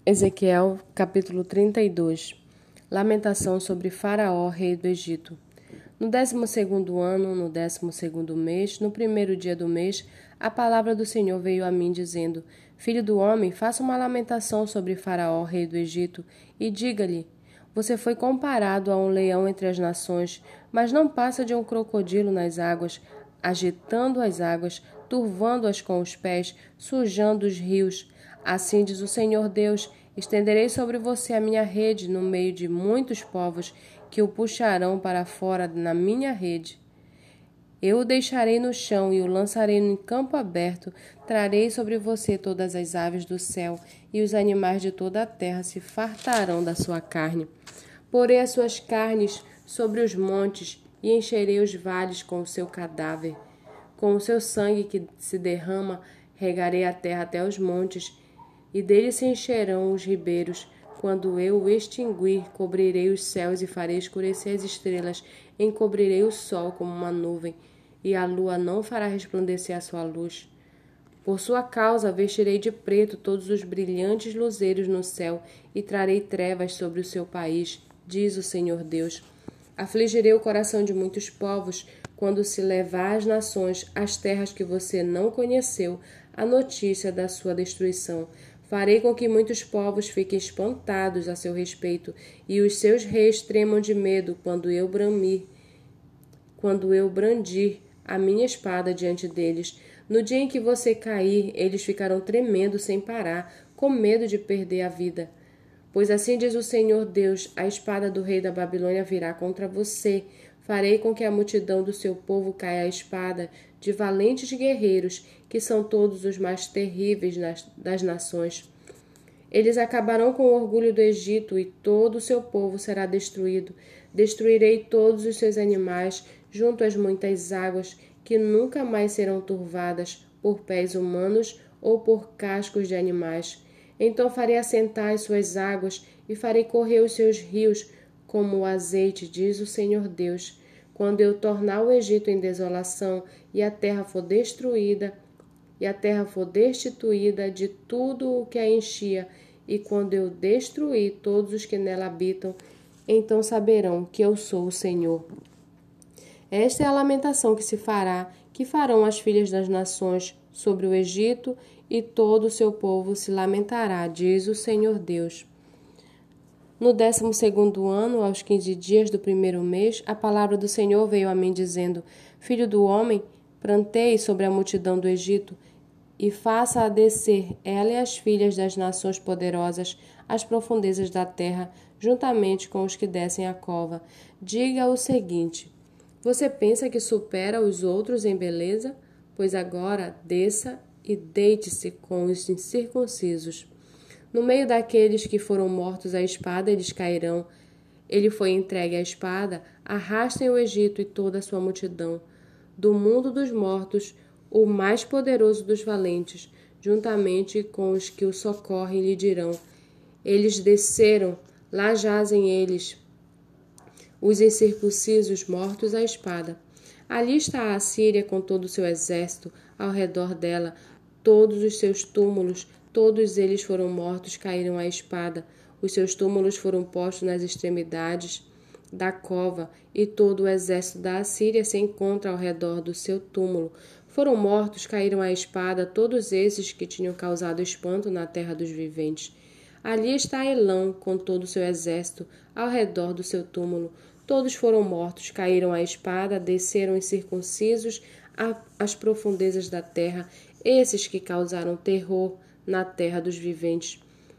Ezequiel, capítulo 32. Lamentação sobre Faraó, rei do Egito. No 12º ano, no 12º mês, no primeiro dia do mês, a palavra do Senhor veio a mim, dizendo: Filho do homem, faça uma lamentação sobre Faraó, rei do Egito, e diga-lhe: Você foi comparado a um leão entre as nações, mas não passa de um crocodilo nas águas, agitando as águas, turvando-as com os pés, sujando os rios. Assim diz o Senhor Deus: estenderei sobre você a minha rede no meio de muitos povos que o puxarão para fora na minha rede. Eu o deixarei no chão e o lançarei em campo aberto. Trarei sobre você todas as aves do céu, e os animais de toda a terra se fartarão da sua carne. Porei as suas carnes sobre os montes e encherei os vales com o seu cadáver. Com o seu sangue que se derrama, regarei a terra até os montes, e dele se encherão os ribeiros. Quando eu o extinguir, cobrirei os céus e farei escurecer as estrelas, encobrirei o sol como uma nuvem, e a lua não fará resplandecer a sua luz. Por sua causa vestirei de preto todos os brilhantes luzeiros no céu, e trarei trevas sobre o seu país, diz o Senhor Deus. Afligirei o coração de muitos povos, quando se levar às nações, as terras que você não conheceu, a notícia da sua destruição. Farei com que muitos povos fiquem espantados a seu respeito, e os seus reis tremam de medo quando eu brandir a minha espada diante deles. No dia em que você cair, eles ficarão tremendo sem parar, com medo de perder a vida. Pois assim diz o Senhor Deus: a espada do rei da Babilônia virá contra você. Farei com que a multidão do seu povo caia à espada, de valentes guerreiros, que são todos os mais terríveis das nações. Eles acabarão com o orgulho do Egito, e todo o seu povo será destruído. Destruirei todos os seus animais, junto às muitas águas, que nunca mais serão turvadas por pés humanos ou por cascos de animais. Então farei assentar as suas águas e farei correr os seus rios como o azeite, diz o Senhor Deus. Quando eu tornar o Egito em desolação e a terra for destruída, e a terra for destituída de tudo o que a enchia, e quando eu destruir todos os que nela habitam, então saberão que eu sou o Senhor. Esta é a lamentação que farão as filhas das nações sobre o Egito, e todo o seu povo se lamentará, diz o Senhor Deus. No 12º ano, aos 15 dias do primeiro mês, a palavra do Senhor veio a mim, dizendo: Filho do homem, plantei sobre a multidão do Egito, e faça-a descer, ela e as filhas das nações poderosas, às profundezas da terra, juntamente com os que descem a cova. Diga o seguinte: você pensa que supera os outros em beleza? Pois agora desça e deite-se com os incircuncisos. No meio daqueles que foram mortos à espada, eles cairão. Ele foi entregue à espada, arrastem o Egito e toda a sua multidão. Do mundo dos mortos, o mais poderoso dos valentes, juntamente com os que o socorrem, lhe dirão: eles desceram, lá jazem eles, os incircuncisos mortos à espada. Ali está a Assíria com todo o seu exército, ao redor dela, todos os seus túmulos, todos eles foram mortos, caíram à espada. Os seus túmulos foram postos nas extremidades da cova, e todo o exército da Assíria se encontra ao redor do seu túmulo. Foram mortos, caíram à espada, todos esses que tinham causado espanto na terra dos viventes. Ali está Elão com todo o seu exército, ao redor do seu túmulo. Todos foram mortos, caíram à espada, desceram incircuncisos às profundezas da terra, esses que causaram terror na terra dos viventes.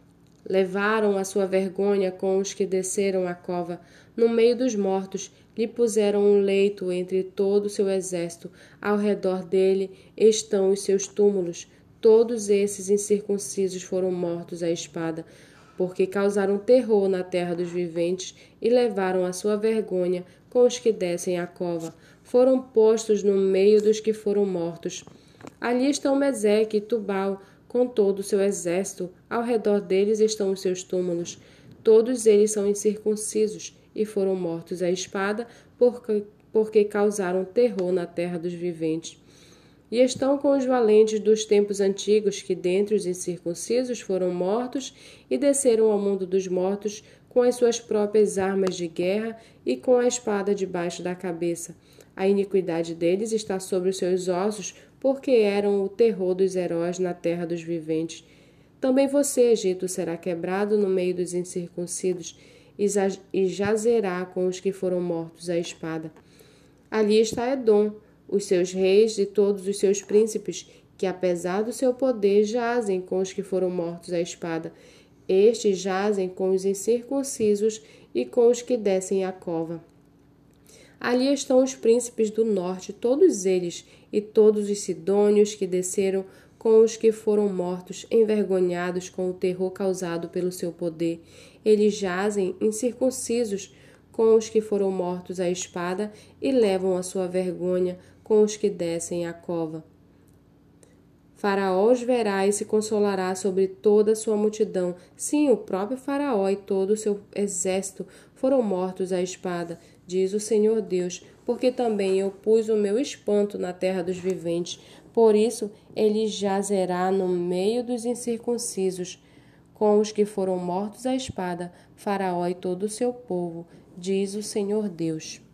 Levaram a sua vergonha com os que desceram a cova. No meio dos mortos, lhe puseram um leito entre todo o seu exército. Ao redor dele estão os seus túmulos. Todos esses incircuncisos foram mortos à espada, porque causaram terror na terra dos viventes e levaram a sua vergonha com os que descem a cova. Foram postos no meio dos que foram mortos. Ali estão Meseque e Tubal, com todo o seu exército, ao redor deles estão os seus túmulos. Todos eles são incircuncisos e foram mortos à espada, porque causaram terror na terra dos viventes. E estão com os valentes dos tempos antigos, que dentre os incircuncisos foram mortos e desceram ao mundo dos mortos com as suas próprias armas de guerra e com a espada debaixo da cabeça. A iniquidade deles está sobre os seus ossos, porque eram o terror dos heróis na terra dos viventes. Também você, Egito, será quebrado no meio dos incircuncidos e jazerá com os que foram mortos à espada. Ali está Edom, os seus reis e todos os seus príncipes, que apesar do seu poder jazem com os que foram mortos à espada. Estes jazem com os incircuncisos e com os que descem à cova. Ali estão os príncipes do norte, todos eles, e todos os sidônios que desceram com os que foram mortos, envergonhados com o terror causado pelo seu poder. Eles jazem incircuncisos com os que foram mortos à espada e levam a sua vergonha com os que descem à cova. Faraó os verá e se consolará sobre toda a sua multidão. Sim, o próprio Faraó e todo o seu exército foram mortos à espada, diz o Senhor Deus, porque também eu pus o meu espanto na terra dos viventes. Por isso ele jazerá no meio dos incircuncisos, com os que foram mortos à espada, Faraó e todo o seu povo, diz o Senhor Deus.